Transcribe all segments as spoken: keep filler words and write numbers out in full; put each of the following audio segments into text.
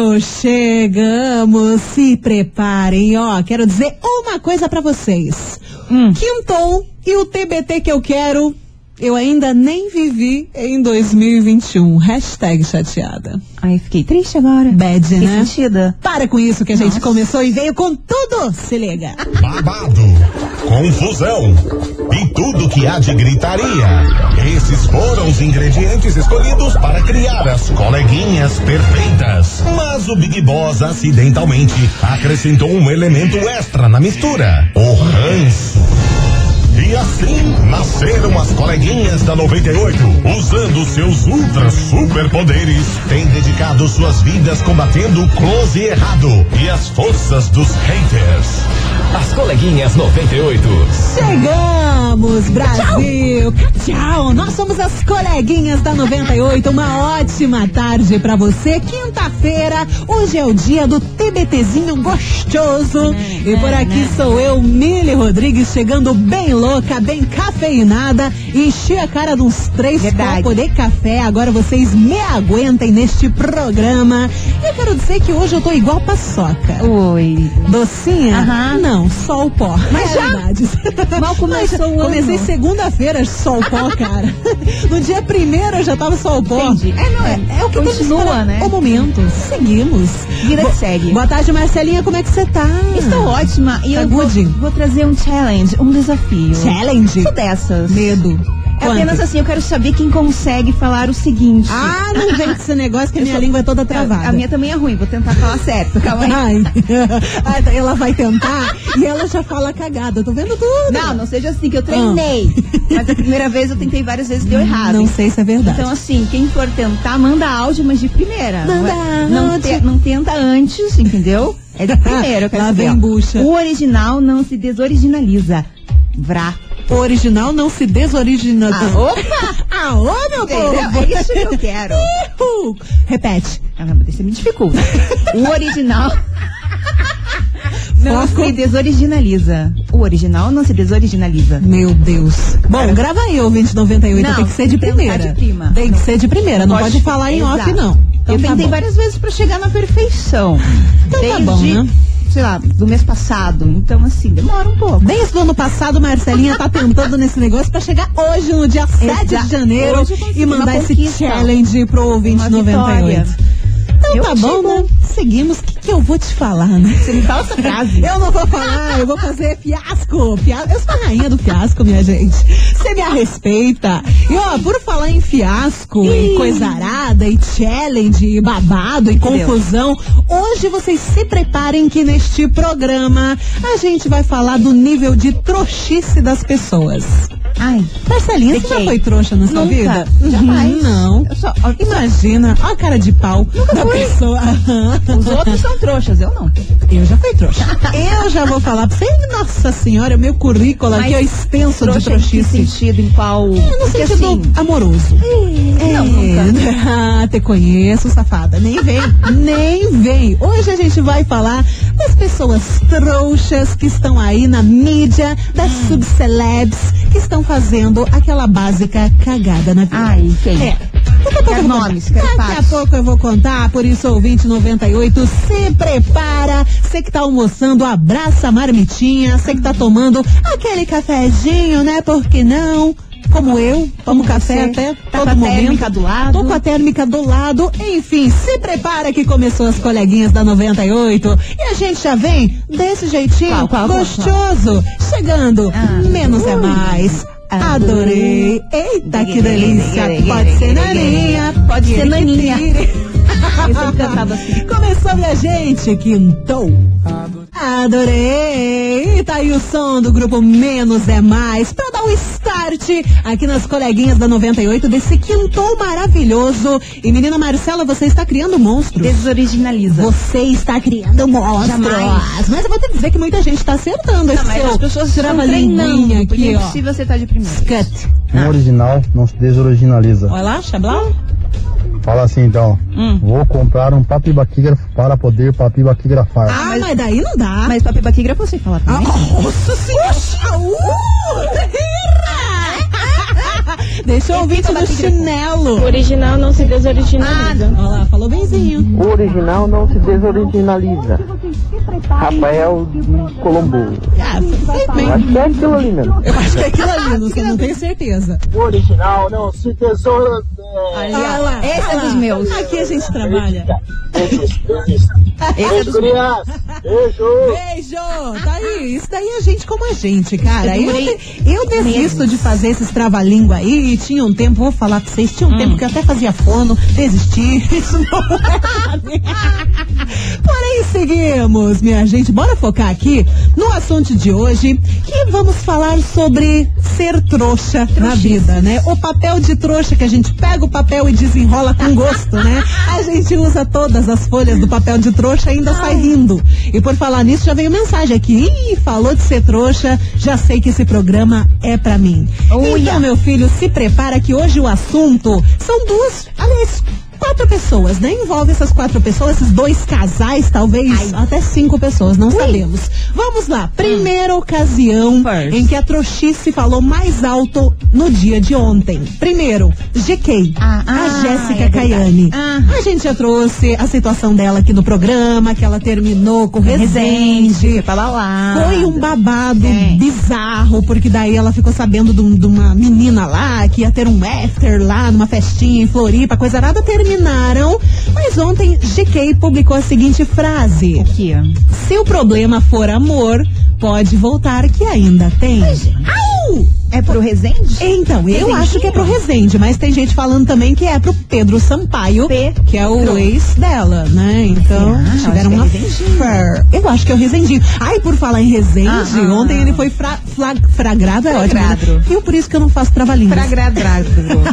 Chegamos, chegamos, se preparem, ó, quero dizer uma coisa pra vocês. Hum. Quintou e o T B T que eu quero, eu ainda nem vivi em dois mil e vinte e um. Hashtag chateada. Ai, fiquei triste agora. Bad, fiquei né? Sentida. Para com isso que a Nossa. gente começou e veio com tudo, se liga. Babado, confusão e tudo que há de gritaria. Esses foram os ingredientes escolhidos para criar as coleguinhas perfeitas. Mas o Big Boss acidentalmente acrescentou um elemento extra na mistura: o ranço. E assim nasceram as coleguinhas da noventa e oito, usando seus ultra superpoderes, têm dedicado suas vidas combatendo o close e errado e as forças dos haters. As coleguinhas noventa e oito. Chegamos, Brasil! Tchau! Nós somos as coleguinhas da noventa e oito. Uma ótima tarde pra você. Quinta-feira, hoje é o dia do TBTzinho gostoso. E por aqui sou eu, Mili Rodrigues, chegando bem louca, bem cafeinada. Enchi a cara de uns três copos de café. Agora vocês me aguentem neste programa. Eu quero dizer que hoje eu tô igual paçoca. Oi. Docinha? Aham. Não, só o pó. Mas já? Mal começou o ano. Comecei segunda-feira só o pó, cara. No dia primeiro eu já tava só o pó. Entendi. É, não, é, é, é o que continua, né? O momento. Seguimos. Vida Bo- segue. Boa tarde, Marcelinha. Como é que você tá? Estou ótima. E Tá eu vou, good? vou trazer um challenge, um desafio. Challenge? Sou dessas. Medo. É apenas assim, eu quero saber quem consegue falar o seguinte. Ah, não vem com esse negócio que a minha sou... língua é toda travada. A minha também é ruim, vou tentar falar certo, calma aí. Ai. Ai, ela vai tentar e ela já fala cagada, eu tô vendo tudo. Não, não seja assim, que eu treinei. Ah. Mas a primeira vez eu tentei várias vezes e deu errado. Não sei se é verdade. Então assim, quem for tentar, manda áudio, mas de primeira. Manda não, não, te, não tenta antes, entendeu? É de primeira, eu quero Lá saber. vem bucha. O original não se desoriginaliza. Vrá. O original não se desorigina. Ah, opa! Ah, ô, meu povo! É isso que eu quero. Uhul. Repete. Ah, mas você me dificulta. O original não Foco. se desoriginaliza. O original não se desoriginaliza. Meu Deus. Bom, Cara, grava aí, ouvinte noventa e oito. Não, tem que ser de tem que primeira. tentar de prima. Tem que ser de primeira. Não pode, Pode- falar em Exato. off, não. Eu Então tá tentei bom. várias vezes pra chegar na perfeição. Então Desde, tá bom, né? sei lá, do mês passado. Então, assim, demora um pouco. Desde o ano passado, Marcelinha tá tentando nesse negócio pra chegar hoje, no dia sete Exato. de janeiro, Hoje eu consegui e mandar uma esse conquista. challenge pro ouvinte Uma noventa e vitória. oito. Então Eu tá bom, digo. né? Seguimos. O que, que eu vou te falar, né? Você me fala essa frase. Eu não vou falar, eu vou fazer fiasco. Fia- Eu sou a rainha do fiasco, minha gente. Você me respeita. E ó, por falar em fiasco, Ih. e coisa arada, e challenge, e babado, e confusão, hoje vocês se preparem que neste programa a gente vai falar do nível de trouxice das pessoas. Ai, Marcelinha, você já Fiquei. foi trouxa na sua Nunca. vida? Jamais. Uhum, não. eu só, ó, Imagina, ó a cara de pau da fui. pessoa. os outros são trouxas, eu não. Eu já fui trouxa. Eu já vou falar pra você, nossa senhora, meu currículo aqui é extenso de trouxa em que trouxice. sentido, em qual... É, no Porque sentido assim, amoroso. é, não, nunca. Ah, te conheço, safada. Nem vem, nem vem. Hoje a gente vai falar das pessoas trouxas que estão aí na mídia, das Hum. subcelebs, que estão fazendo aquela básica cagada na vida. Ai, quem? É. Daqui a pouco Quer eu vou nomes, contar. quer Daqui a fatos. pouco eu vou contar, por isso, ouvinte noventa e oito, se prepara. Você que tá almoçando, abraça a marmitinha. Você que tá tomando aquele cafezinho, né? Por que não? Como eu, tomo café você. até Tá todo com a momento. térmica do lado. Tô com a térmica do lado. Enfim, se prepara que começou as coleguinhas da noventa e oito. E a gente já vem desse jeitinho Qual, qual, qual, gostoso. Chegando, Ah. menos é mais. Adorei. Eita, que delícia. Pode ser naninha. Pode ser naninha. Eu sempre Começou, cantava assim. Começou, minha gente. Quintou. Adorei. E tá aí o som do grupo Menos é Mais pra dar um start aqui nas coleguinhas da noventa e oito desse quintou maravilhoso. E menina Marcela, você está criando monstros. Desoriginaliza. Você está criando monstros. Jamais. Mas eu vou te dizer que muita gente está acertando esse Não, mas seu as pessoas estão trava-linguinha treinando, porque aqui, é ó. impossível você estar de primeira. Scut. Um original não se desoriginaliza. Olha lá, Xablau. Fala assim então. Hum. Vou comprar um papibaquígrafo para poder papibaquigrafar. Ah, mas- mas daí não dá. Mas papi baquígrafo você fala também. Nossa senhora! Uh! Deixa eu ouvir no chinelo. O original não se desoriginaliza. Olha lá, falou benzinho. O original não se desoriginaliza. Rafael de Colombo. Ah, sei bem. Eu acho que é aquilo ali mesmo. Eu acho que é aquilo ali, não, sei, não tenho certeza. O original não se desoriginaliza. Olha lá, Esse olha é dos lá. meus. Aqui a gente trabalha. Esse é dos meus. Beijo. Beijo! Tá aí, isso daí é gente como a gente, cara. Eu, demorei de- eu desisto meses. de fazer esses trava-língua aí. Tinha um tempo, vou falar pra vocês, tinha um Hum. tempo que eu até fazia fono, desisti. Isso não é pra mim. Porém, seguimos, minha gente. Bora focar aqui no assunto de hoje, que vamos falar sobre ser trouxa na vida, né? O papel de trouxa que a gente pega o papel e desenrola com gosto, né? A gente usa todas as folhas do papel de trouxa e ainda sai rindo. E por falar nisso, já veio mensagem aqui. Ih, falou de ser trouxa, já sei que esse programa é pra mim. Então, meu filho, se prepara que hoje o assunto são duas, aliás, quatro pessoas, né? Envolve essas quatro pessoas, esses dois casais, talvez até cinco pessoas, não sabemos. Vamos lá. Primeira ocasião First. em que a trouxice falou mais alto no dia de ontem. Primeiro, G K, Ah, a ah, Jéssica é Caiane. Ah. A gente já trouxe a situação dela aqui no programa, que ela terminou com o Rezende. Pra lá. Foi um babado É. bizarro, porque daí ela ficou sabendo de, um- de uma menina lá, que ia ter um after lá, numa festinha em Floripa, coisa nada, terminaram. Mas ontem G K publicou a seguinte frase: Aqui, ó. se o problema for amor, pode voltar que ainda tem. Au! É pro Rezende? Então, eu Rezendinho? acho que é pro Rezende, mas tem gente falando também que é pro Pedro Sampaio, Pe- que é o Pedro. ex dela, né? Então, Ah, eu tiveram acho uma que é Rezendinho. fur. Eu acho que é o Rezendinho. Ai, por falar em Rezende, Ah, ah, ontem ah. ele foi fra, flag, fragrado, é ótimo. Flagrado. Né? E por isso que eu não faço trava-línguas. Fragrado.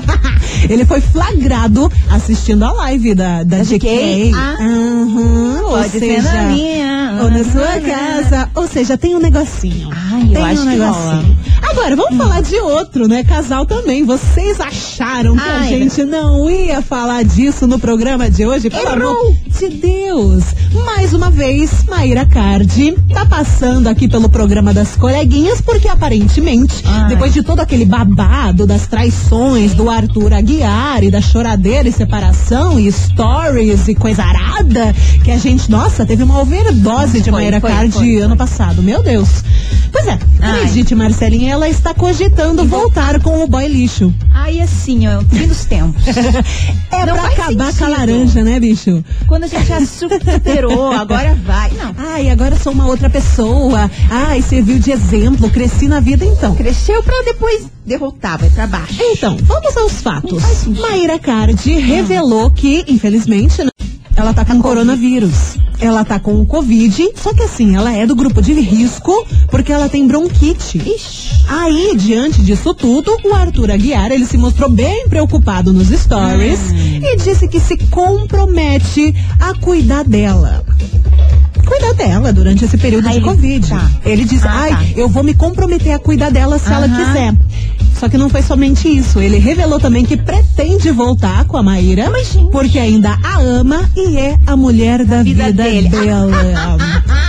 Ele foi flagrado assistindo a live da, da, Da G K. G K? Ah. Aham, ou Pode ser seja, na minha. ou na sua casa. Ou seja, tem um negocinho. Ai, eu tem acho um que negocinho. Agora, vamos falar de outro, né? Casal também. Vocês acharam que a Ai, gente não ia falar disso no programa de hoje? Pelo Errou. amor de Deus. Mais uma vez, Maíra Cardi tá passando aqui pelo programa das coleguinhas, porque aparentemente, Ai. depois de todo aquele babado das traições do Arthur Aguiar e da choradeira e separação e stories e coisa arada, que a gente, nossa, teve uma overdose de Foi, Maíra foi, Cardi foi, foi. ano passado. Meu Deus. Pois é, Ai. acredite, Marcelinha, ela está cogitando voltar com o boy lixo. Ai, assim, ó, fim dos tempos. É Não pra faz acabar com a sentido. laranja, né, bicho? Quando a gente já superou, agora vai. Não, Ai, agora sou uma outra pessoa. Ai, serviu de exemplo, cresci na vida então. cresceu pra depois derrotar, vai pra baixo. Então, vamos aos fatos. faz sentido. Maíra Cardi revelou que, infelizmente, né, ela tá com coronavírus. Ela tá com o Covid, só que assim, ela é do grupo de risco porque ela tem bronquite. Ixi. Aí, diante disso tudo, o Arthur Aguiar, ele se mostrou bem preocupado nos stories Hum. e disse que se compromete a cuidar dela. Cuidar dela durante esse período Ah, de ele- Covid. tá. Ele disse, Ah, ai, tá. eu vou me comprometer a cuidar dela se ela Aham. quiser. Só que não foi somente isso. Ele revelou também que pretende voltar com a Maíra, Mas, gente. porque ainda a ama e é a mulher da vida, vida dele. dela.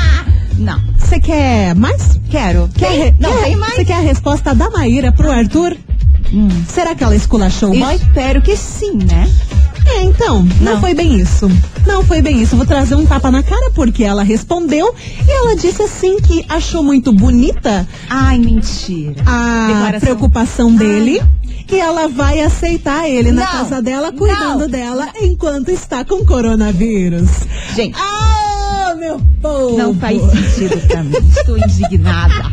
Não, Você quer mais? quero. Quer, Tem- não, quer- tem mais. Você quer a resposta da Maíra pro Arthur? Hum. Será que ela esculachou o boy? Espero que sim, né? É, então, não. Não. foi bem isso. Não foi bem isso. Vou trazer um tapa na cara porque ela respondeu e ela disse assim que achou muito bonita Ai, mentira. a Declaração. preocupação dele. E ela vai aceitar ele na Não, casa dela, cuidando não. dela enquanto está com coronavírus. Gente, Ah, meu povo! não faz sentido pra mim. Estou indignada.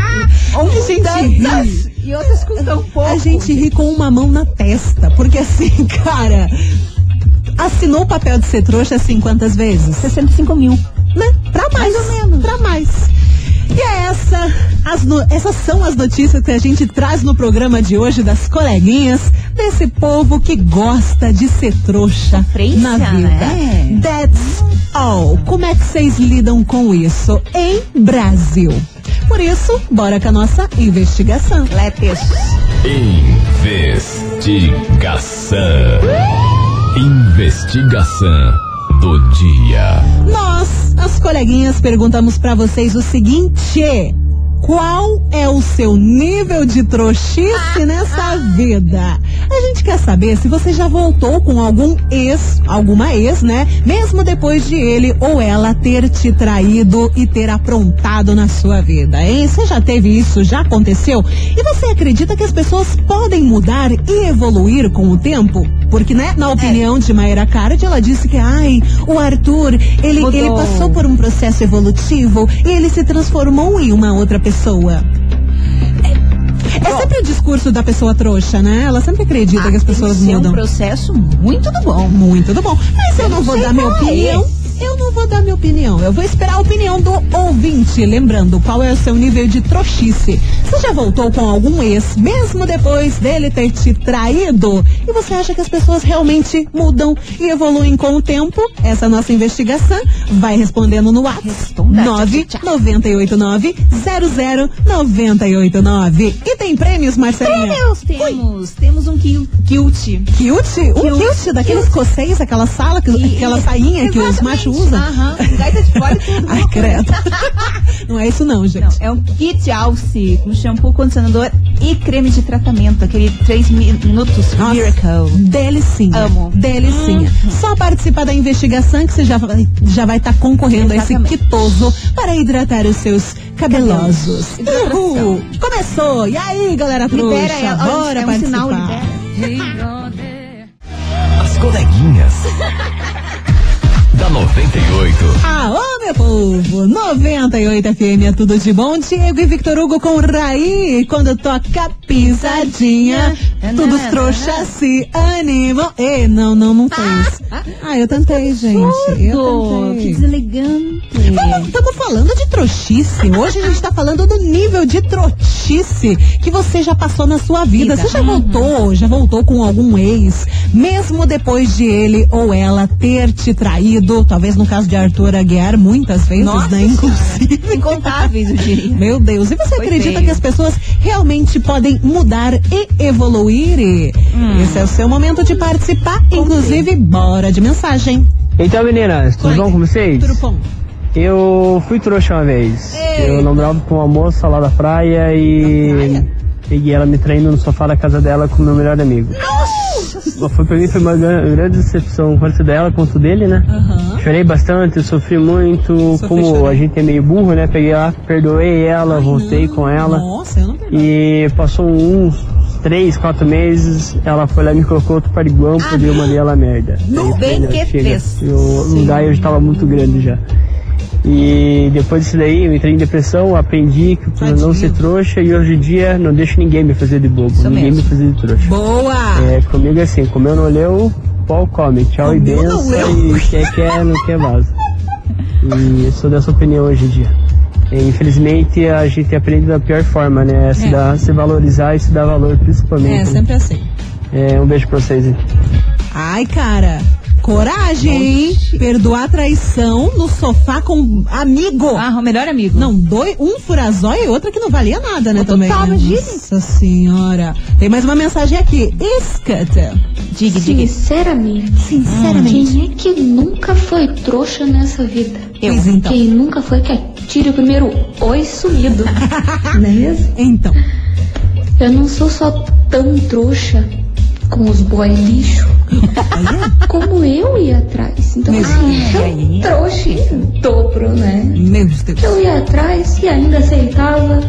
A gente Tantas ri. e outras com tão pouco. A gente ri com uma mão na testa, porque assim, cara, assinou o papel de ser trouxa assim quantas vezes? sessenta e cinco mil. Né? Pra mais, Mais ou menos. Pra mais. E é essa, as no- essas são as notícias que a gente traz no programa de hoje das coleguinhas, desse povo que gosta de ser trouxa Sofrência, na vida. né? That's all. Como é que vocês lidam com isso em Brasil? Por isso, bora com a nossa investigação. Letes. Investigação. Investigação do dia. Nós, as coleguinhas, perguntamos pra vocês o seguinte: Qual é o seu nível de trouxice nessa vida? A gente quer saber se você já voltou com algum ex, alguma ex, né? Mesmo depois de ele ou ela ter te traído e ter aprontado na sua vida, hein? Você já teve isso? Já aconteceu? E você acredita que as pessoas podem mudar e evoluir com o tempo? Porque, né, na opinião é. de Mayra Card, ela disse que, ai, o Arthur, ele, ele passou por um processo evolutivo e ele se transformou em uma outra pessoa. É, é sempre o discurso da pessoa trouxa, né? Ela sempre acredita ah, que as pessoas tem que mudam. É um processo muito do bom. Muito do bom. Mas eu, eu não, não vou dar minha opinião. É. Eu não vou dar minha opinião, eu vou esperar a opinião do ouvinte. Lembrando, qual é o seu nível de trouxice? Você já voltou com algum ex, mesmo depois dele ter te traído? E você acha que as pessoas realmente mudam e evoluem com o tempo? Essa é a nossa investigação. Vai respondendo no WhatsApp nove nove oito nove zero zero nove oito nove. E tem prêmios, Marcelinha? Prêmios, temos. Ui. Temos um kilt. Kilt? Um kilt daquele escocês, aquela sala, e, aquela e, sainha que os machos usam. Aham, gaita de fora e tudo. Ai, credo. Não é isso não, gente. Não, é um kit alce com shampoo, condicionador e creme de tratamento. Aquele três minutos Nossa, Miracle. Delicinha. Amo. Delicinha. Hum. Só participar da investigação que você já vai estar já vai tá concorrendo Exatamente. a esse quitoso para hidratar os seus cabelosos. Uhul. Começou. E aí, galera trouxa? Libera ela. Bora é um participar. Sinal, libera. As coleguinhas da noventa e oito. Aô, meu povo! noventa e oito F M é tudo de bom. Diego e Victor Hugo com Raí. Quando toca pisadinha, todos trouxas se animam. Ei, não, não, não fez. Ah, eu tentei, gente. Eu tentei. Que deselegante. Estamos falando de trouxice. Hoje a gente tá falando do nível de trouxice que você já passou na sua vida. Você já voltou, já voltou com algum ex, mesmo depois de ele ou ela ter te traído. Talvez no caso de Arthur Aguiar, muitas vezes, Nossa, né? Inclusive. Incontáveis, eu diria. Meu Deus. E você Foi acredita feio. que as pessoas realmente podem mudar e evoluir? Hum. Esse é o seu momento de participar. Com Inclusive, Deus. Bora de mensagem. Então, meninas, tudo Oi. bom com vocês? Tudo bom. Eu fui trouxa uma vez. Ei. Eu namorava com uma moça lá da praia e praia? peguei ela me traindo no sofá da casa dela com o meu melhor amigo. Nossa! Foi pra mim, foi uma grande decepção, tanto dela quanto dele, né? Uhum. Chorei bastante, eu sofri muito. Sofri como chorei. A gente é meio burro, né? Peguei lá, perdoei ela, Ai, voltei não. com ela. Nossa, eu não perdoei. E passou uns três, quatro meses, ela foi lá e me colocou outro pariguão, ah, porque eu mandei ela merda. No bem que fez. O lugar eu estava muito grande já. E depois disso daí eu entrei em depressão, aprendi que pra não ser trouxa e hoje em dia não deixo ninguém me fazer de bobo, Isso ninguém mesmo. me fazer de trouxa. Boa! É, comigo é assim, comeu não leu, pau come, tchau comeu, e benção, e quer quer, não quer vaza. E eu sou dessa opinião hoje em dia. E, infelizmente a gente aprende da pior forma, né? Se, é. dar, se valorizar e se dar valor principalmente. É, sempre assim. É, um beijo pra vocês aí. Ai, cara. Coragem, hein? Perdoar a traição no sofá com amigo. Ah, o melhor amigo. Não, dois, um furazói e outra que não valia nada, né? Eu também. Total, né? Nossa senhora. Tem mais uma mensagem aqui. Escuta. Diga, diga. Sinceramente. Sinceramente. Quem é que nunca foi trouxa nessa vida? Eu. Pois então. Quem nunca foi que atire o primeiro oi sumido. Não é mesmo? Então. Eu não sou só tão trouxa com os boy lixo, como eu ia atrás. Então, Meu assim, eu trouxa em dobro, né? Meu Deus. Que eu ia atrás e ainda aceitava.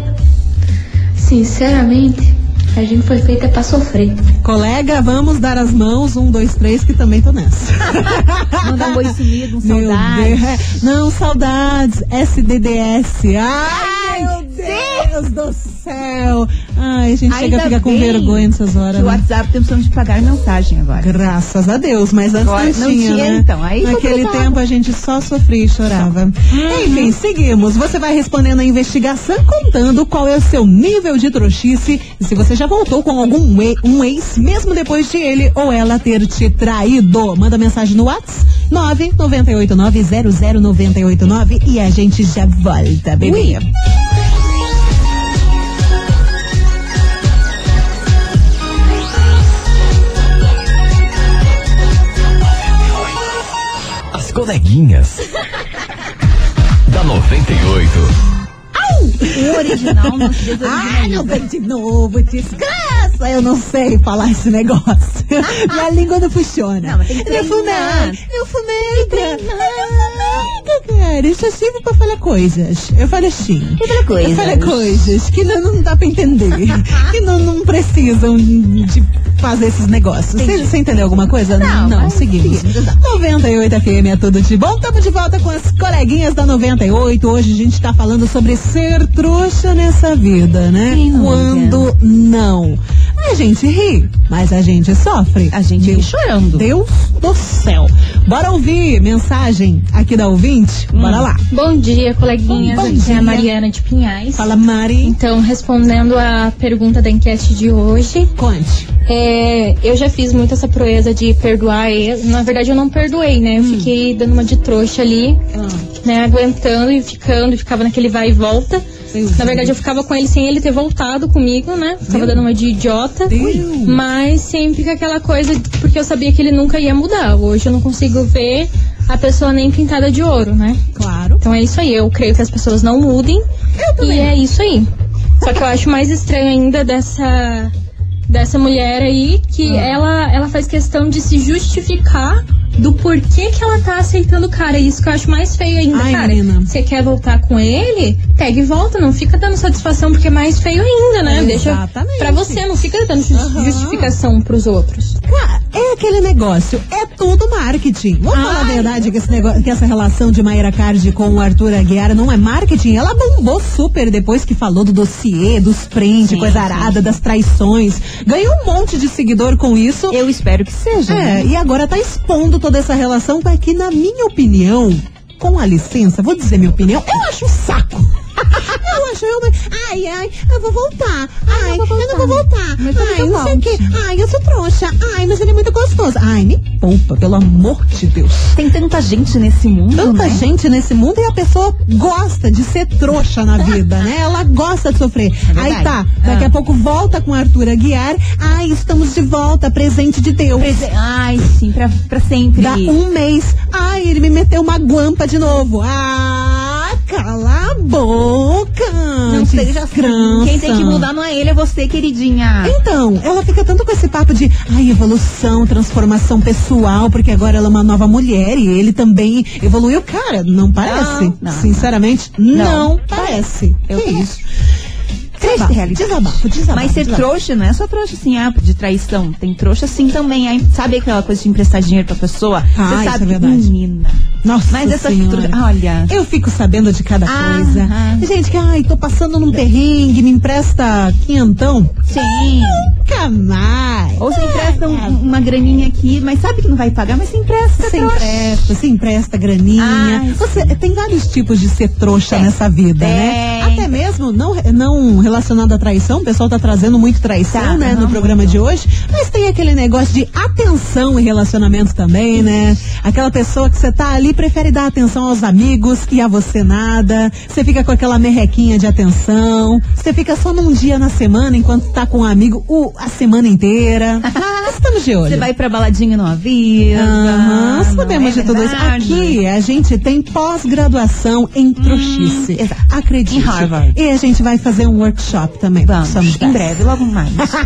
Sinceramente, a gente foi feita pra sofrer. Colega, vamos dar as mãos, um, dois, três, que também tô nessa. Manda um boi sumido, um Meu saudades. Deus. Não, saudades, S D D S. Ai, meu Deus do céu. Ai, a gente Ainda chega a ficar com bem vergonha nessas horas. Que o né? WhatsApp tem opção de pagar mensagem agora. Graças a Deus, mas antes Agora, não tinha, não tinha né? então. Aí Naquele tempo a gente só sofria e chorava. Uhum. Enfim, seguimos. Você vai respondendo a investigação contando qual é o seu nível de trouxice e se você já voltou com algum e- um ex, mesmo depois de ele ou ela ter te traído. Manda mensagem no WhatsApp nove nove oito nove zero zero nove oito nove e a gente já volta, bebê. Ui. Coleguinhas da noventa e oito. Desoriginal, não se desorigina. Ah, não vem de novo, desgraça. Eu não sei falar esse negócio. Minha língua não funciona. Não, mas tem que Não fumar. Não fumei. Não, cara. Isso é sempre pra falar coisas. Eu falo assim. Que falar coisas? Eu falo coisas que não, não dá pra entender. Que não, não precisam de fazer esses negócios. Você, você entendeu alguma coisa? Não, não mas seguimos. seguimos, noventa e oito F M é tudo de bom. Estamos de volta com as coleguinhas da noventa e oito. Hoje a gente tá falando sobre ser trouxa nessa vida, né? Quem não Quando não. A gente ri, mas a gente sofre. A gente ri chorando. Deus do céu. Bora ouvir mensagem aqui da ouvinte? Hum. Bora lá. Bom dia, coleguinhas. Bom Aqui dia. é a Mariana de Pinhais. Fala, Mari. Então, respondendo a pergunta da enquete de hoje, Conte. é, eu já fiz muito essa proeza de perdoar ele. Na verdade, eu não perdoei, né? Eu Hum. fiquei dando uma de trouxa ali, Ah. né? Aguentando e ficando, ficava naquele vai e volta. Na verdade, eu ficava com ele sem ele ter voltado comigo, né? Ficava dando uma de idiota. Deus. Mas sempre com aquela coisa, porque eu sabia que ele nunca ia mudar. Hoje eu não consigo ver a pessoa nem pintada de ouro, né? Claro. Então é isso aí, eu creio que as pessoas não mudem. E é isso aí. Só que eu acho mais estranho ainda dessa, dessa mulher aí, que Ah. ela, ela faz questão de se justificar do porquê que ela tá aceitando o cara. Isso que eu acho mais feio ainda, Ai, cara. menina. Você quer voltar com ele? Pega e volta, não fica dando satisfação, porque é mais feio ainda, né? Deixa Exatamente. pra você, não fica dando ju- Aham. justificação pros outros. Cara, é aquele negócio, é tudo marketing. Vamos falar a verdade que, esse negócio, que essa relação de Mayra Cardi com o Arthur Aguiar não é marketing. Ela bombou super depois que falou do dossiê, dos prende, Sim, coisa sim. arada, das traições. Ganhou um monte de seguidor com isso. Eu espero que seja. É, né? e agora tá expondo toda essa relação que, na minha opinião, com a licença, vou dizer minha opinião, eu acho um saco. Eu acho, eu, ai, ai, eu vou voltar. Ai, eu, eu não vou voltar. Mas Ai, eu não sei o volte. quê. Ai, eu sou trouxa. Ai, mas ele é muito gostoso. Ai, me poupa, pelo amor de Deus. Tem tanta gente nesse mundo, Tanta né? gente nesse mundo e a pessoa gosta de ser trouxa na vida, né? Ela gosta de sofrer. verdade. Aí tá, daqui Ah. a pouco volta com Arthur Aguiar. Ai, estamos de volta, presente de Deus. Prese- Ai, sim, pra, pra sempre. Dá um mês. Ai, ele me meteu uma guampa de novo. Ah, cala a boca. Não seja assim. desgraça. Quem tem que mudar não é ele, é você, queridinha. Então, ela fica tanto com esse papo de ai, evolução, transformação pessoal, porque agora ela é uma nova mulher e ele também evoluiu. Cara, não parece. Não, não, Sinceramente, não, Não. parece. Eu que também. isso? Triste Desabafo, realidade. desabafo, desabafo, Mas ser desabafo. trouxa não é só trouxa assim, ah, de traição. Tem trouxa assim também. Aí, sabe aquela coisa de emprestar dinheiro pra pessoa? Ah, Você isso sabe, é verdade. menina. Nossa Mas essa Senhora. trouxa, olha. Eu fico sabendo de cada Ah, coisa. ah. Gente, que ai, tô passando num perrengue, me empresta quinhentão. Sim. Nunca mais. Ou você empresta um- uma graninha aqui, mas sabe que não vai pagar, mas você empresta. Você trouxa. empresta, você empresta graninha. Ai, Você tem vários tipos de ser trouxa Tem. nessa vida, né? Tem. Até mesmo não, não relacionado à traição, o pessoal tá trazendo muito traição, Tá, né, no não, programa de hoje. Mas tem aquele negócio de atenção em relacionamento também, né? Aquela pessoa que você tá ali prefere dar atenção aos amigos e a você nada. Você fica com aquela merrequinha de atenção. Você fica só num dia na semana enquanto tá com um amigo o, a semana inteira. Estamos de olho. Você vai pra baladinha e não avisa. Aham, não sabemos é de tudo isso. verdade? Aqui a gente tem pós-graduação em trouxice. exato. Acredite. Em Harvard. E a gente vai fazer um workshop também. Vamos, Somos em dez. breve, logo mais.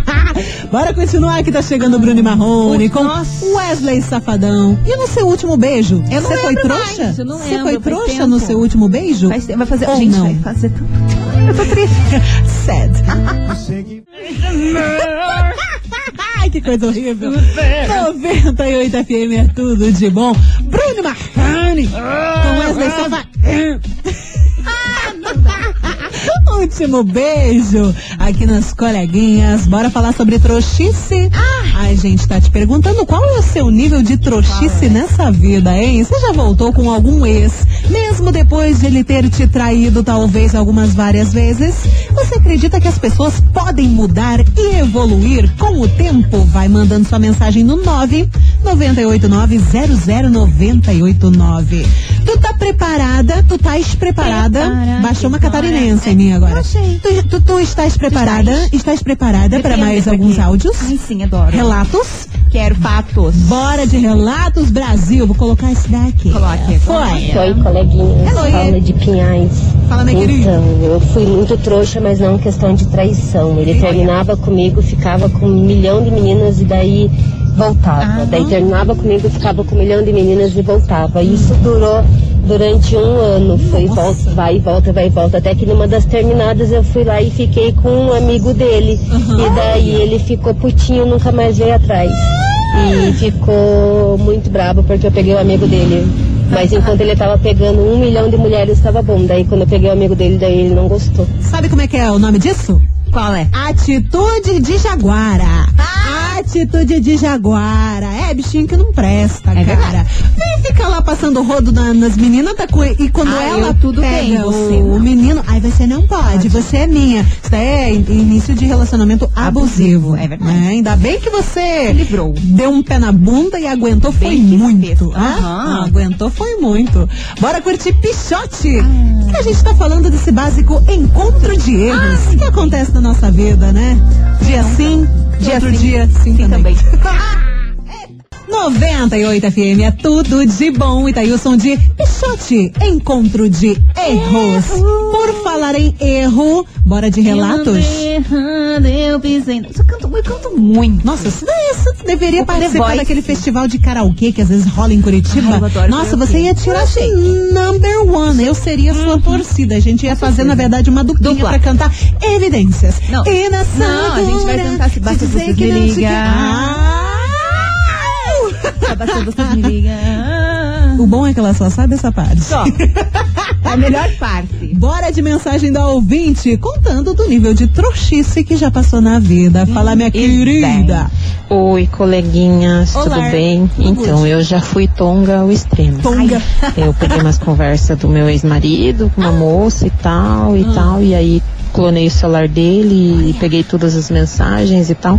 Bora continuar que tá chegando o Bruno e Marrone com Wesley Safadão. E no seu último beijo? Eu não Você foi lembro trouxa? mais, eu não Você lembro, foi faz trouxa tempo. no seu último beijo? Vai, vai fazer. Ou gente, não? vai fazer tudo. Eu tô triste. Sad. Ai, que coisa horrível. noventa e oito F M é tudo de bom. Bruno Marrone com Wesley Safadão. Último beijo aqui nas coleguinhas. Bora falar sobre trouxice? Ai, gente, tá te perguntando qual é o seu nível de trouxice nessa vida, hein? Você já voltou com algum ex, mesmo depois de ele ter te traído talvez algumas várias vezes? Você acredita que as pessoas podem mudar e evoluir com o tempo? Vai mandando sua mensagem no nove nove oito nove zero zero nove oito nove. Tu tá preparada, tu estás preparada, Prepara, baixou uma prepara. catarinense em mim agora. Achei. Tu, tu, tu estás preparada, estás? estás preparada para Depende, mais porque- alguns áudios? Ai, sim, adoro. Relatos? Quero fatos. Bora de relatos, Brasil. Vou colocar esse daqui. Coloque. Foi. Oi, coleguinhas. Oi. Paula de Pinhais. Fala, minha querida. Então, eu fui muito trouxa, mas não questão de traição. Ele terminava comigo, ficava com um milhão de meninas e daí voltava. Ah. Daí terminava comigo, ficava com um milhão de meninas e voltava. Isso durou durante um ano. Foi volta, vai e volta, vai e volta. Até que numa das terminadas eu fui lá e fiquei com um amigo dele. Uhum. E daí ele ficou putinho, nunca mais veio atrás. E ficou muito bravo porque eu peguei o amigo dele. Mas enquanto ele tava pegando um milhão de mulheres, estava bom. Daí quando eu peguei o amigo dele, daí ele não gostou. Sabe como é que é o nome disso? Qual é? Atitude de jaguara. Atitude de jaguara. É, bichinho que não presta, É cara. Vem ficar lá passando rodo na- nas meninas tá, co- e quando Ah, ela eu tudo pega bem, o, você o não. menino, aí você não pode, você é minha. Isso daí é in- início de relacionamento abusivo. Abusivo, é verdade. É, ainda bem que você Se livrou. deu um pé na bunda e aguentou, foi Bem que muito. fez. Ah, Aham. aguentou, foi muito. Bora curtir Pichote. Ah. Que a gente tá falando desse básico encontro de erros que acontece na nossa vida, né? Dia sim, dia outro sim. dia sim, Sim, também. também. noventa e oito F M é tudo de bom. Itaílson de Pichote, encontro de erros. Por falar em erro, bora de relatos? Eu andei errando, eu pisei. Eu canto, eu canto muito. Nossa, isso, daí, isso deveria O The participar Voice. daquele festival de karaokê que às vezes rola em Curitiba. Ai, eu adoro Nossa, karaokê. você ia tirar assim, number one. Eu seria sua torcida. A gente ia fazer, na verdade, uma duplinha Dupla. pra cantar Evidências. Não. E nessa Não, a gente vai hora, cantar Se Basta te dizer Você que Me não te Liga. quer. Ah! Basta vocês me ligam. O bom é que ela só sabe essa parte. Só. É a melhor parte. Bora de mensagem da ouvinte, contando do nível de trouxice que já passou na vida. Fala, minha querida. Oi, coleguinhas, Olá. tudo bem? Tudo Então, good. eu já fui tonga ao extremo. Tonga. Eu peguei umas conversas do meu ex-marido com uma moça e tal, e Ah. tal, e aí clonei o celular dele e peguei todas as mensagens e tal.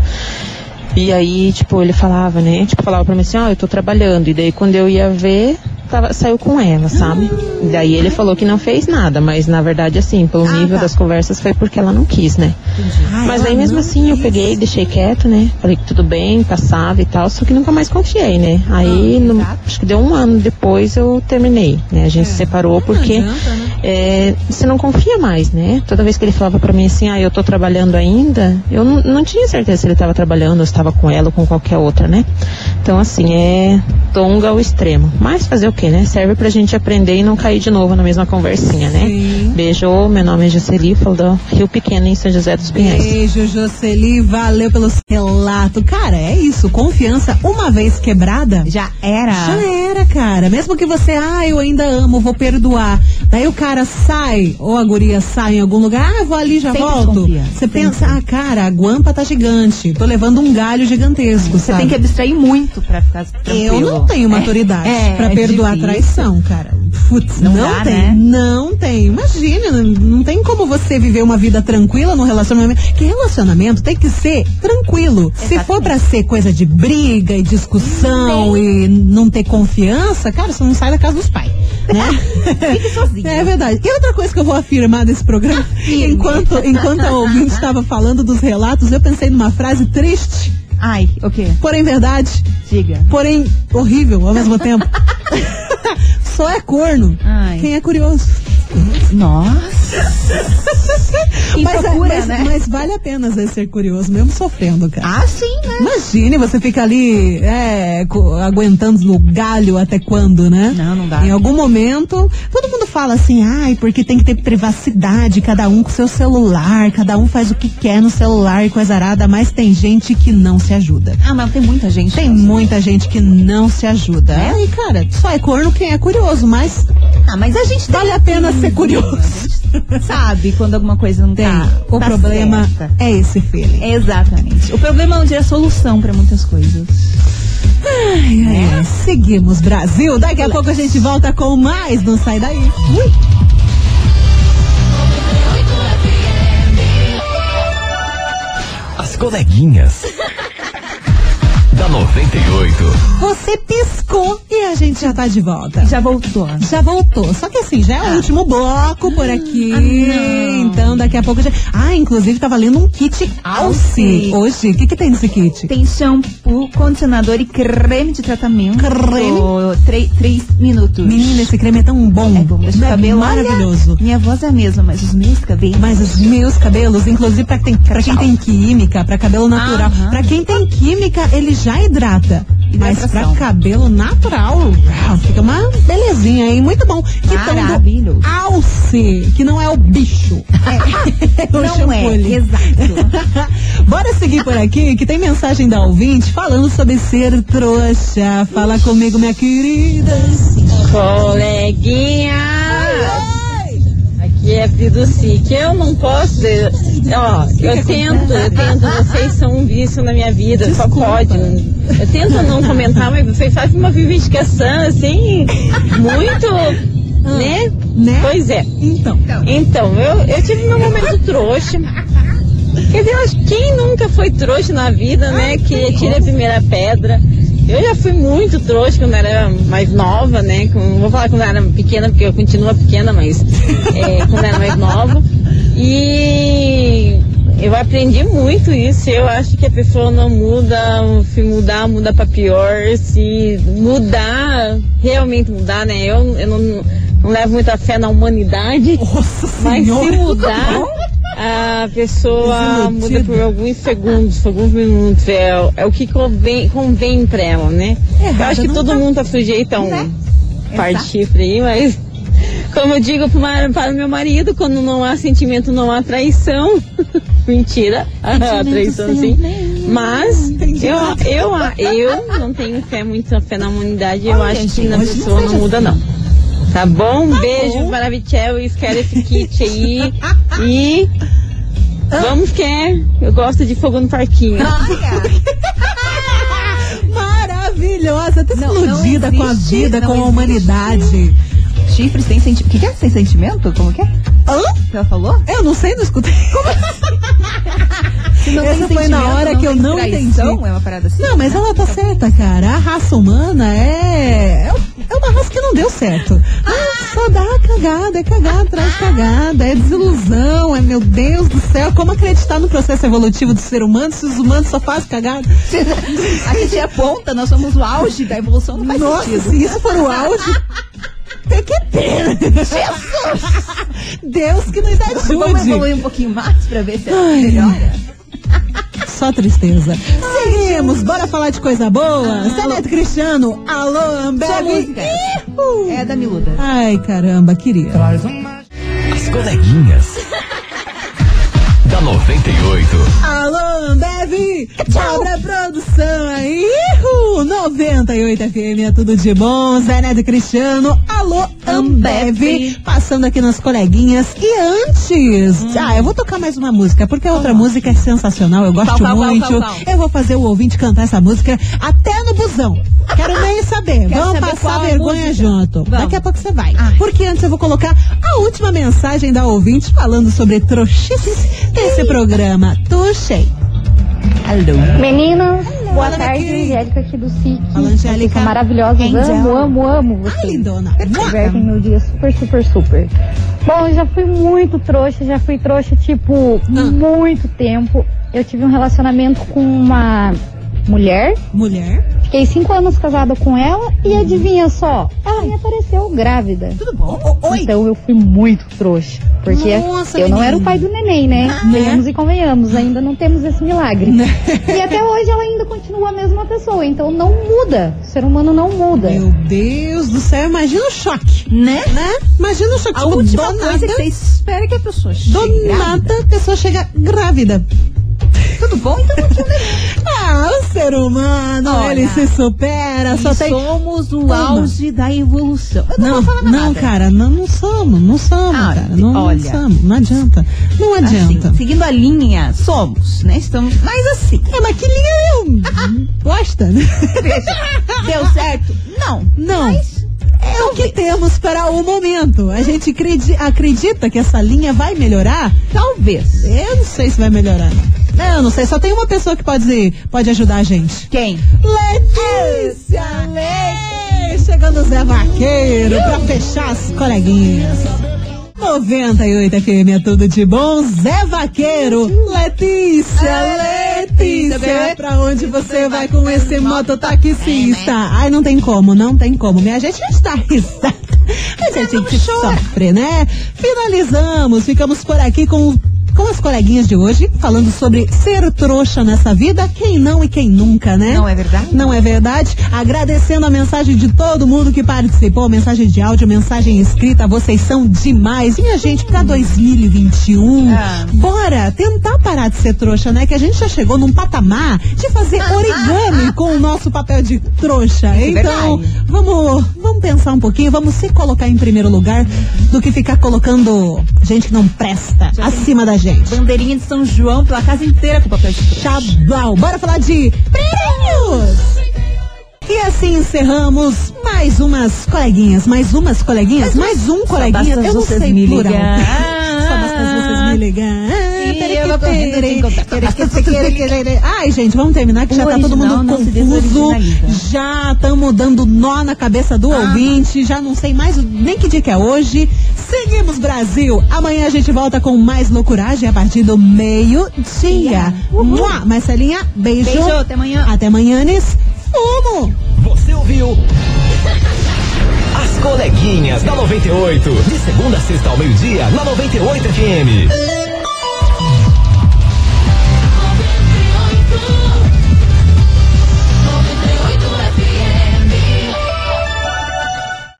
E aí, tipo, ele falava, né? Tipo, falava pra mim assim, ó, eu tô trabalhando. E daí, quando eu ia ver, tava, saiu com ela, sabe? E daí ele falou que não fez nada, mas na verdade, assim, pelo Ah, nível tá. das conversas foi porque ela não quis, né? Ai, Mas ela aí mesmo não assim eu quis. peguei, deixei quieto, né? Falei que tudo bem, passava e tal, só que nunca mais confiei, né? Aí, no- exato. acho que deu um ano depois eu terminei, né? A gente se separou porque Não adianta, né? é, você não confia mais, né? Toda vez que ele falava pra mim assim, ah, eu tô trabalhando ainda, eu não, não tinha certeza se ele tava trabalhando, ou estava com ela ou com qualquer outra, né? Então, assim, é tonga ao extremo. Mas fazer o quê, né? Serve pra gente aprender e não cair de novo na mesma conversinha, né? Sim. Beijo, meu nome é Jocely, falo do Rio Pequeno, em São José dos Pinhais. Beijo, Jocely, valeu pelo relato. Cara, é isso, confiança uma vez quebrada, Já era. já era, cara. Mesmo que você, ah, eu ainda amo, vou perdoar. Daí o cara sai, ou a guria sai em algum lugar, ah, eu vou ali, já Sempre volto. desconfia. Você Sempre. pensa, ah, cara, a guampa tá gigante, tô levando um galho gigantesco, Você sabe? tem que abstrair muito pra ficar tranquilo. Eu não tenho maturidade É, pra é perdoar difícil. traição, cara. Putz, Não não, dá, tem, né? não tem. Imagina, não, não tem como você viver uma vida tranquila no relacionamento. Que relacionamento tem que ser tranquilo. Se for pra ser coisa de briga e discussão e não ter confiança, cara, você não sai da casa dos pais, né? Fique sozinho. É verdade. E outra coisa que eu vou afirmar desse programa, enquanto, enquanto a ouvinte estava falando dos relatos, eu pensei numa frase triste, Ai, o quê? porém verdade, Diga. porém horrível ao mesmo tempo. Só é corno Ai. quem é curioso. Nossa. Quem Mas, procura, mas, né? mas vale a pena às vezes ser curioso, mesmo sofrendo, cara. Ah, sim, né? Imagine, você fica ali é, co- aguentando no galho até quando, né? Não, não dá. Em algum momento, todo mundo fala assim, ai, porque tem que ter privacidade, cada um com seu celular, cada um faz o que quer no celular e coisa arada, mas tem gente que não se ajuda. Ah, mas tem muita gente. Tem nossa. muita gente que não se ajuda. É? E, cara, só é corno quem é curioso, mas Ah, mas a gente vale tem a pena tudo, ser curioso. a gente sabe quando alguma coisa não Tem. tá. O tá problema certa. é esse feeling. Exatamente. O problema é onde é a solução pra muitas coisas. Ai, ai, ai. Seguimos, Brasil. Daqui a pouco a gente volta com mais. Não sai daí. Ui. As coleguinhas. da noventa e oito. Você piscou e a gente já tá de volta. Já voltou. Já voltou. Só que assim, já é o último bloco por aqui. Ah, então daqui a pouco já... Ah, inclusive tá valendo um kit Alce hoje. O que que tem nesse kit? Tem shampoo, condicionador e creme de tratamento. Creme? Três, três minutos. Menina, esse creme é tão bom. É bom, deixa o cabelo maravilhoso. Olha, minha voz é a mesma, mas os meus cabelos... Mas os meus cabelos, inclusive pra, tem, pra quem tem química, pra cabelo natural. Aham. Pra quem tem química, ele já hidrata. Mas pra cabelo natural, fica uma belezinha, hein? Muito bom. Maravilhoso. Alce, que não é o bicho. É, é o não shampoo. É, exato. Bora seguir por aqui, que tem mensagem da ouvinte falando sobre ser trouxa. Fala comigo, minha querida. Coleguinha! Aqui é Piduci, que eu não posso. Ó, eu tento, eu tento, vocês são um vício na minha vida, só pode. Eu tento não comentar, mas vocês fazem uma reivindicação assim, muito. Né? né? Pois é. Então, então eu, eu tive meu momento trouxa. Quer dizer, acho que quem nunca foi trouxa na vida, né? Que tira a primeira pedra. Eu já fui muito trouxa quando era mais nova, né? Não vou falar quando era pequena, porque eu continuo pequena, mas é, quando era mais nova. E eu aprendi muito isso. Eu acho que a pessoa não muda, se mudar, muda pra pior. Se mudar, realmente mudar, né? Eu, eu não, não levo muita fé na humanidade. Nossa mas senhora, se mudar, a pessoa muda por alguns segundos, alguns minutos. É, é o que convém, convém pra ela, né? Errado, eu acho que todo tá. mundo tá sujeito a um Né? partifre aí, mas como eu digo para, para o meu marido, quando não há sentimento, não há traição. Mentira, a traição sim. Mas eu, eu, eu não tenho fé, muita fé na humanidade. Eu acho que na pessoa não muda, não. Tá bom? Um beijo para a Vichel e quero esse kit aí. E vamos que é. Eu gosto de fogo no parquinho. Maravilhosa, tá Não, não explodida com a existe, vida, não com a existe. humanidade. Chifres tem sentimento. O que, que é? Tem sentimento? Como que é? Hã? Que ela falou? Eu não sei, não escutei. Como Se não Essa tem foi na hora sentimento, que eu tem não traição, entendi. É uma parada assim? Não, mas ela tá certa, cara. A raça humana é. É uma raça que não deu certo. Ah, só dá cagada, é cagada atrás de cagada, é desilusão, é meu Deus do céu. Como acreditar no processo evolutivo do ser humano se os humanos só fazem cagada? A gente é ponta, nós somos o auge da evolução, não faz Nossa, sentido. se isso for o auge. Tem que ter. Jesus! Deus que nos Vamos ajude. evoluir um pouquinho mais pra ver se é melhora. Só tristeza. Seguimos, bora falar de coisa boa. Zé Neto Cristiano, alô, Sua Ambev. música é da Miluda. Ai, caramba, queria. As coleguinhas da noventa e oito. Alô, Ambev. Abre a produção aí. Uhul. noventa e oito F M, é tudo de bom. Zé Neto Cristiano, alô, Ambev. Passando aqui nas coleguinhas. E antes, hum. ah, eu vou tocar mais uma música, porque a outra oh. música é sensacional, eu gosto qual, qual, muito. qual, qual, qual? Eu vou fazer o ouvinte cantar essa música até no busão. Quero nem saber. Quero Vamos saber passar vergonha música. junto. Vamos. Daqui a pouco você vai. Ai. Porque antes eu vou colocar a última mensagem da ouvinte falando sobre trouxices desse programa. Tuxei. Alô. Meninas, boa Fala, tarde, daqui. Angélica aqui do S I C. Fala, Angélica. Vocês são maravilhosas, Angel. amo, amo, amo vocês. Ai, lindona. Divertem meu dia super, super, super. Bom, eu já fui muito trouxa, já fui trouxa, tipo, Ah. muito tempo. Eu tive um relacionamento com uma mulher, Mulher. fiquei cinco anos casada com ela e adivinha só, ela me apareceu grávida. Tudo bom? Oi. Então eu fui muito trouxa, porque Nossa, eu não menina. era o pai do neném, né? Ah, Venhamos né? e convenhamos, ainda não temos esse milagre. E até hoje ela ainda continua a mesma pessoa, então não muda. O ser humano não muda. Meu Deus do céu, imagina o choque. Né? Né? Imagina o choque. A Tipo, última do coisa nada, que você espera é que a pessoa chegue do grávida. nada, a pessoa chega grávida. Tudo bom? Então não tinha neném. Ah, o ser humano, Olha, ele se supera, só E tem... somos o uma. auge da evolução. Eu não, Não, vou falar não, nada. cara, não, não somos, não somos, Ah, cara, não, olha. não somos, não adianta, não adianta. Assim, seguindo a linha, somos, né? Estamos mais assim. É, mas que linha eu bosta, né? Veja, deu certo? Não. Não. Mas É o que temos para o momento. A gente acredi- acredita que essa linha vai melhorar? talvez. Eu não sei se vai melhorar, não. Eu não sei, só tem uma pessoa que pode, pode ajudar a gente. Quem? Letícia! Letícia! Chegando o Zé Vaqueiro pra fechar as coleguinhas. noventa e oito F M é tudo de bom. Zé Vaqueiro, Letícia, ah, Letícia, Letícia, pra onde você vai com esse mototaxista? Ai, não tem como, não tem como. Minha gente já está risada. Mas a gente sofre, né? Finalizamos, ficamos por aqui com com as coleguinhas de hoje, falando sobre ser trouxa nessa vida, quem não e quem nunca, né? Não é verdade? Não é verdade? Agradecendo a mensagem de todo mundo que participou, mensagem de áudio, mensagem escrita, vocês são demais. Minha gente, pra dois mil e vinte e um, ah. bora tentar parar de ser trouxa, né? Que a gente já chegou num patamar de fazer origami com o nosso papel de trouxa. É então, vamos, vamos pensar um pouquinho, vamos se colocar em primeiro lugar do que ficar colocando gente que não presta já acima da gente. Bandeirinha de São João pela casa inteira com papel de trouxa. Chablau, bora falar de prêmios! E assim encerramos mais umas coleguinhas, mais umas coleguinhas, mais, mais um coleguinha, eu não sei me plural. Ligar. Só basta vocês me ligar. E Ai, gente, vamos terminar que o já tá todo mundo confuso. Já estamos dando nó na cabeça do ah. ouvinte, já não sei mais nem que dia que é hoje. Seguimos, Brasil. Amanhã a gente volta com mais loucuragem a partir do meio-dia. Marcelinha, beijo. Beijo, até amanhã. Até amanhã, Nis. Fumo. Você ouviu? As coleguinhas da noventa e oito. De segunda a sexta ao meio-dia, na noventa e oito F M.